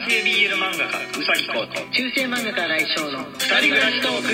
系 BL 漫画家うさぎこと中世漫画家来翔の二人暮らしトーク。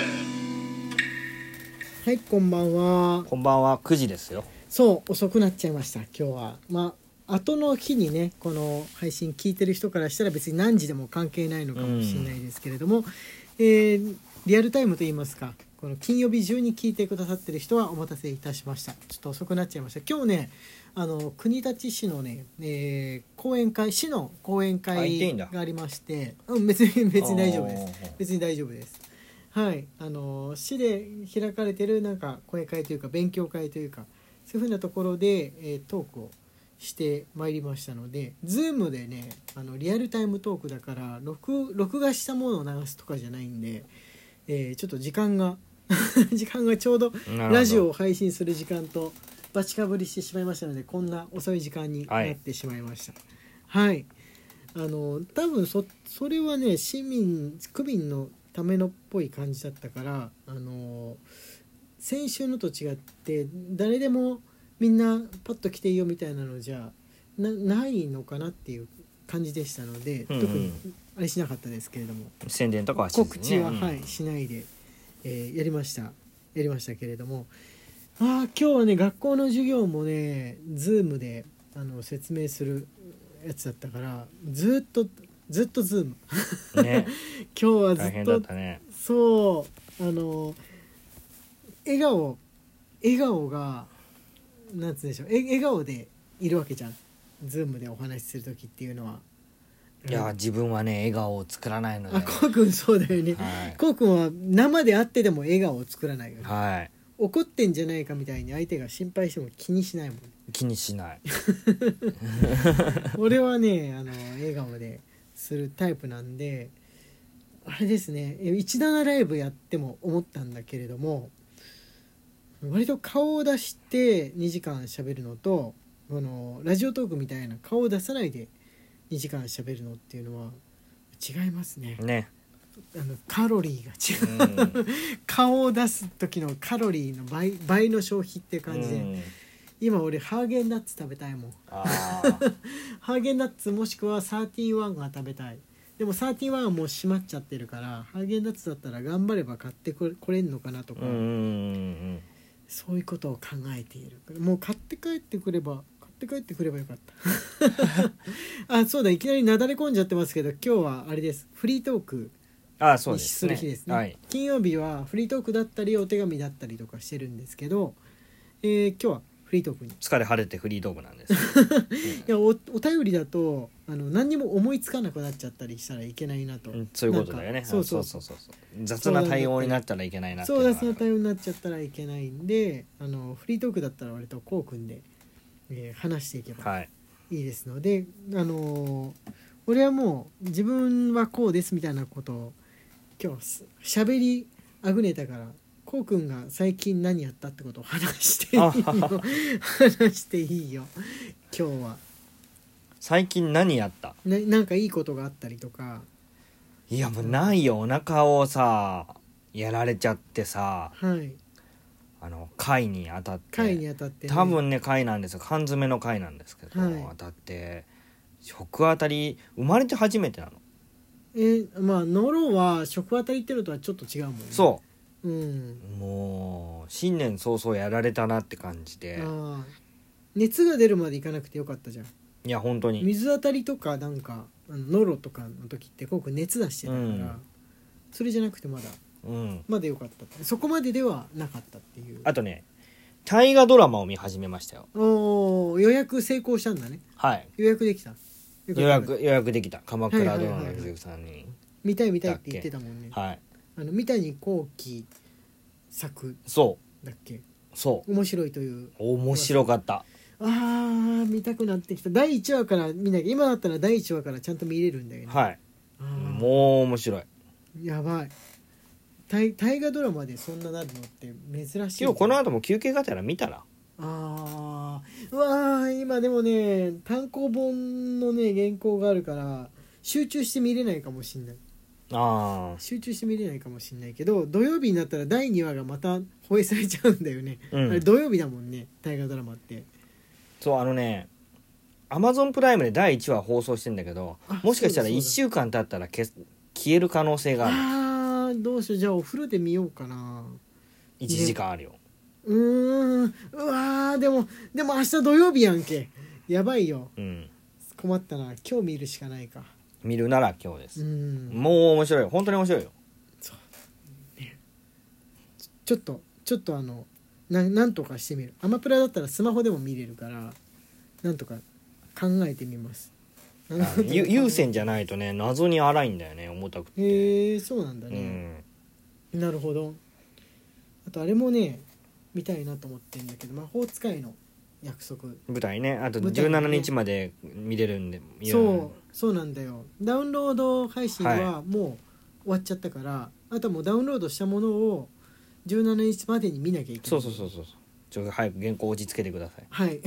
はい、こんばんは。 こんばんは。9時ですよ。 そう遅くなっちゃいました。今日は後の日にねこの配信聞いてる人からしたら別に何時でも関係ないのかもしれないですけれども、リアルタイムといいますかこの金曜日中に聞いてくださってる人はお待たせいたしました。ちょっと遅くなっちゃいました。今日ね国立市のね、講演会市の講演会がありまして、別に大丈夫です。別に大丈夫です。はい、市で開かれてるなんか講演会というか勉強会というかそういう風なところで、トークをしてまいりましたので、Zoom でねリアルタイムトークだから録画したものを流すとかじゃないんで、ちょっと時間がちょうどラジオを配信する時間とバチかぶりしてしまいましたので、こんな遅い時間になってしまいました。はい、多分それはね区民のためのっぽい感じだったから、先週のと違って誰でもみんなパッと来ていいよみたいなのじゃないのかなっていう感じでしたので、特にあれしなかったですけれども、 宣伝とかはしずにね、 告知は、しないで、やりましたけれども、今日はね学校の授業もね Zoom で説明するやつだったからずっと Zoom ね今日はずっと大変だったね。 そう笑顔がなんつうんでしょう、笑顔でいるわけじゃん Zoom でお話しする時っていうのは。 いや自分はね笑顔を作らないので、 こうくんそうだよね、こうくんは生で会ってでも笑顔を作らないよね、 はい、 怒ってんじゃないかみたいに相手が心配しても気にしないもん、 気にしない俺はね笑顔でするタイプなんで、あれですね17ライブやっても思ったんだけれども、割と顔を出して2時間喋るのとラジオトークみたいな顔を出さないで2時間喋るのっていうのは違いますね。カロリーが違う、顔を出す時のカロリーの倍の消費っていう感じで、今俺ハーゲンダッツ食べたいもんハーゲンダッツもしくは31が食べたい。でも31はもう閉まっちゃってるから、ハーゲンダッツだったら頑張れば買ってこれんのかなとか、そういうことを考えている。もう買って帰ってくればよかったそうだ、いきなりなだれ込んじゃってますけど、今日はあれです、フリートークにする日ですね。金曜日はフリートークだったりお手紙だったりとかしてるんですけど、今日はフリートークに疲れ晴れてフリートークなんですいや お便りだと何にも思いつかなくなっちゃったりしたらいけないなと、 そういうことだよね。そう雑な対応になったらいけないなっていうのがある。 雑な対応になっちゃったらいけないんで、フリートークだったら割とこう組んで話していけばいいですので、俺はもう自分はこうですみたいなことを今日喋りあぐねたから、こうくんが最近何やったってことを話していいよ話していいよ今日は。 最近何やった？ なんかいいことがあったりとか。 いやもうないよ。お腹をさやられちゃってさ、貝に当たって、ね、多分ね貝なんですよ。缶詰の貝なんですけど、当たって食当たり生まれて初めてなの。 ノロは食当たりってのとはちょっと違うもんね。 そう、もう新年早々やられたなって感じで。 熱が出るまでいかなくてよかったじゃん。 いや本当に水当たりとかなんかノロとかの時ってこう熱出してたから、それじゃなくてまだよかった。そこまでではなかったっていう。 あとね大河ドラマを見始めましたよ。 予約成功したんだね。予約できた。 予約できた。鎌倉殿の13人見たいって言ってたもんね。三谷幸喜作だっけ。 そう面白いという。 面白かった。 見たくなってきた。第1話から見なきゃ。今だったら第1話からちゃんと見れるんだよね。 もう面白い。 やばい。大河ドラマでそんななるのって珍しい。 今日この後も休憩がてら見たら。 今でもね単行本のね原稿があるから集中して見れないかもしんない。集中して見れないかもしんないけど、土曜日になったら第2話がまた放映されちゃうんだよね。あれ土曜日だもんね大河ドラマって。 そう Amazon プライムで第1話放送してんだけど、もしかしたら1週間経ったら消える可能性がある。 どうしよう、じゃあお風呂で見ようかな。 1時間あるよ、 うわでも明日土曜日やんけ、やばいよ、困ったな。今日見るしかないか。 見るなら今日です。もう面白いよ、本当に面白いよ。そう、 ね、ちょっとなんとかしてみる。アマプラだったらスマホでも見れるからなんとか考えてみます。 有線じゃないとね謎に荒いんだよね、重たくて。 へえ、そうなんだね、なるほど。あとあれもね見たいなと思ってんだけど、魔法使いの約束舞台ね、あと17日まで見れるんで、 そうなんだよ。ダウンロード配信はもう終わっちゃったから、あとはもうダウンロードしたものを17日までに見なきゃいけない。 そうちょっと早く原稿落ち着けてください。 はい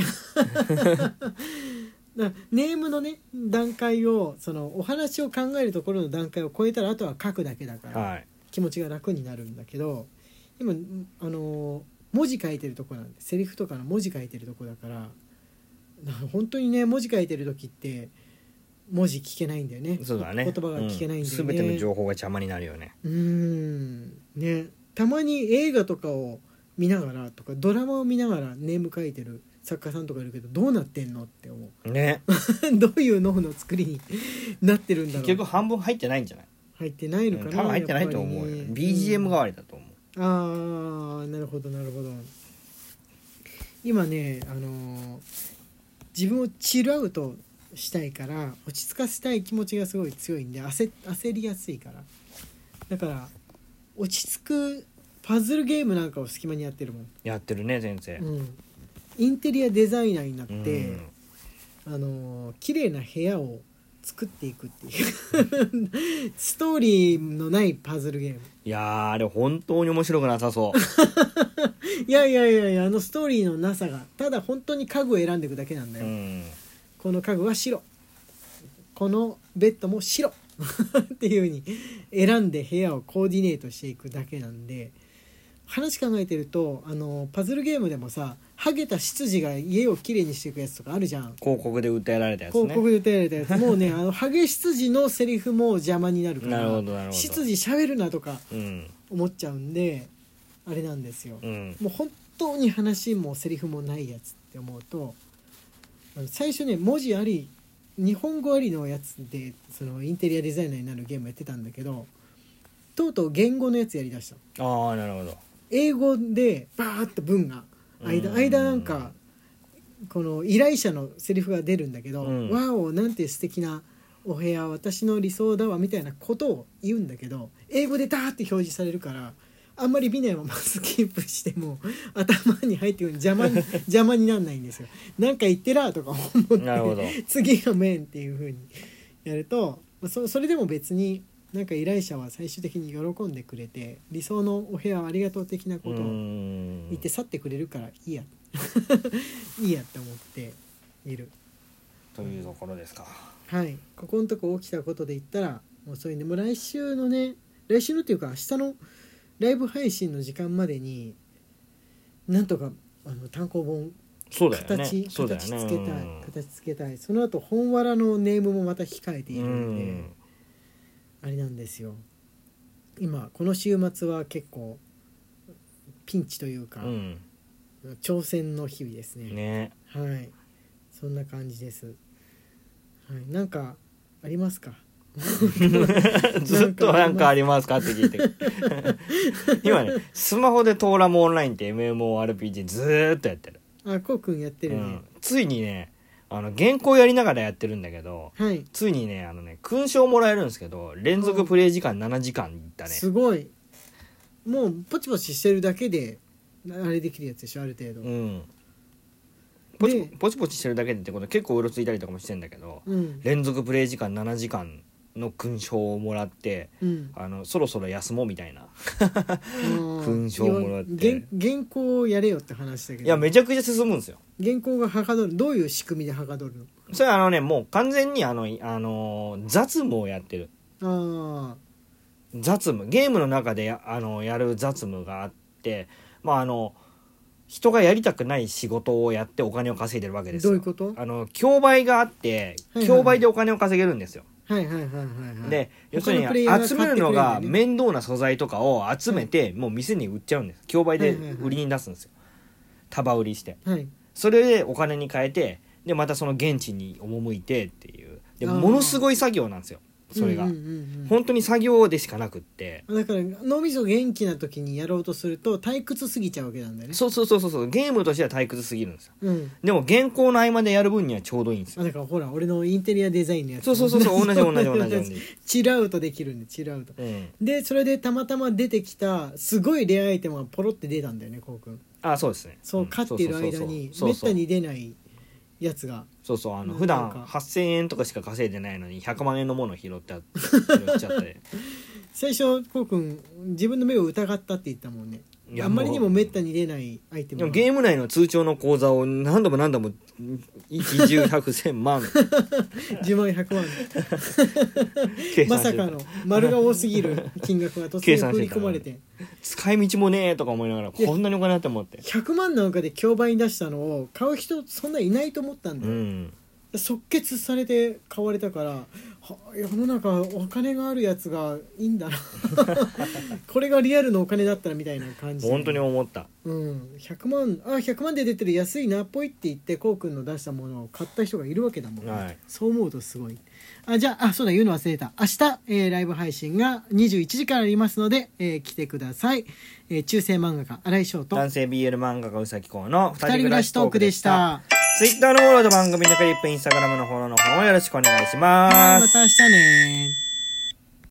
ネームのね段階を、そのお話を考えるところの段階を超えたらあとは書くだけだから、気持ちが楽になるんだけど、今文字書いてるとこなんで、セリフとかの文字書いてるとこだから、本当にね文字書いてる時って文字聞けないんだよね。 そうだね、 言葉が聞けないんだよね、 全ての情報が邪魔になるよね。 ね、たまに映画とかを見ながらとかドラマを見ながらネーム書いてる作家さんとかいるけど、どうなってんのって思うねどういう脳の作りになってるんだろう。 結局半分入ってないんじゃない？ 入ってないのかな、 多分入ってないと思うよ、BGM 代わりだと思う。 なるほど。今ね自分をチルアウトしたいから落ち着かせたい気持ちがすごい強いんで、焦りやすいから、だから落ち着くパズルゲームなんかを隙間にやってるもん。 やってるね先生、 インテリアデザイナーになって、綺麗な部屋を作っていくっていうストーリーのないパズルゲーム。 いやあれ本当に面白くなさそういやストーリーのなさが、ただ本当に家具を選んでいくだけなんだよ、この家具は白、このベッドも白っていう風に選んで部屋をコーディネートしていくだけなんで、話考えてるとパズルゲームでもさ、ハゲた執事が家をきれいにしていくやつとかあるじゃん。 広告で訴えられたやつね。 広告で訴えられたやつもうねハゲ執事のセリフも邪魔になるから、 なるほど執事喋るなとか思っちゃうんで、あれなんですよ、もう本当に話もセリフもないやつって思うと、最初ね文字あり日本語ありのやつでそのインテリアデザイナーになるゲームやってたんだけど、とうとう言語のやつやりだした。 なるほど。 英語でバーッと文が間なんかこの依頼者のセリフが出るんだけど、わおなんて素敵なお部屋、私の理想だわみたいなことを言うんだけど、英語でダーって表示されるからあんまり見ないままスキップしても頭に入ってくる邪魔にならないんですよ。なんか言ってらとか思って次の面っていう風にやると、それでも別になんか依頼者は最終的に喜んでくれて、理想のお部屋ありがとう的なことを言って去ってくれるからいいやいいやって思っているというところですか。 はい、ここのとこ起きたことで言ったらもうそういうね、もう来週のっていうか明日のライブ配信の時間までになんとか単行本形つけたい。その後本わらのネームもまた控えているので、あれなんですよ。今この週末は結構ピンチというか、挑戦の日々ですね。はい、そんな感じです。はい、なんかありますか？ ずっとなんかありますかって聞いて今ねスマホでトーラムオンラインって MMORPG ずーっとやってる。 こうくんやってるね、 ついにね原稿やりながらやってるんだけど、ついにね勲章もらえるんですけど、連続プレイ時間7時間いったね。 すごい。もうポチポチしてるだけであれできるやつでしょ、ある程度。 ポチポチしてるだけでってことは結構うろついたりとかもしてんだけど、連続プレイ時間7時間の勲章をもらって、そろそろ休もうみたいな勲章をもらって原稿をやれよって話だけど、 いやめちゃくちゃ進むんですよ。 原稿がはかどる。どういう仕組みではかどるの？ それはもう完全に雑務をやってる。雑務、ゲームの中でやる雑務があって、 人がやりたくない仕事をやってお金を稼いでるわけですよ。 どういうこと？ 競売があって、競売でお金を稼げるんですよ。 はいはいはいはい、 で要するに集めるのが面倒な素材とかを集めて、もう店に売っちゃうんです。競売で売りに出すんですよ。束売りして、 はい、 それでお金に変えて、でまたその現地に赴いてっていう、でものすごい作業なんですよそれが、本当に作業でしかなくって、 だから脳みそ元気な時にやろうとすると退屈すぎちゃうわけなんだよね。 そうゲームとしては退屈すぎるんですよ、でも原稿の合間でやる分にはちょうどいいんですよ。 だからほら俺のインテリアデザインのやつ、 そう同じチルアウトできるんで、チルアウト、でそれでたまたま出てきたすごいレアアイテムがポロって出たんだよね、こうくん。 そうですね。 そう、飼っている間にめったに出ないやつが、 普段8000円とかしか稼いでないのに100万円のものを拾っちゃって最初こうくん自分の目を疑ったって言ったもんね。あんまりにもめったに出ないアイテム。 でもゲーム内の通帳の口座を何度も1、10、100、1000万 10万100万まさかの丸が多すぎる金額が突然振り込まれて、 使い道もねえとか思いながら、こんなにお金あって思って 100万なんかで競売に出したのを買う人そんないないと思ったんだよ、即決されて買われたから、世の中お金があるやつがいいんだなこれがリアルのお金だったらみたいな感じ、 本当に思った。 100万で出てる安いなっぽいって言ってこうくんの出したものを買った人がいるわけだもん、そう思うとすごい。じゃあそうだ、言うの忘れた。明日、ライブ配信が21時からありますので、来てください。中世漫画家新井翔と男性 BL 漫画家宇崎公の二人暮らしトークでした。 Twitter のフォローと番組のクリップ、Instagram のフォローの方もよろしくお願いします。 また明日ね。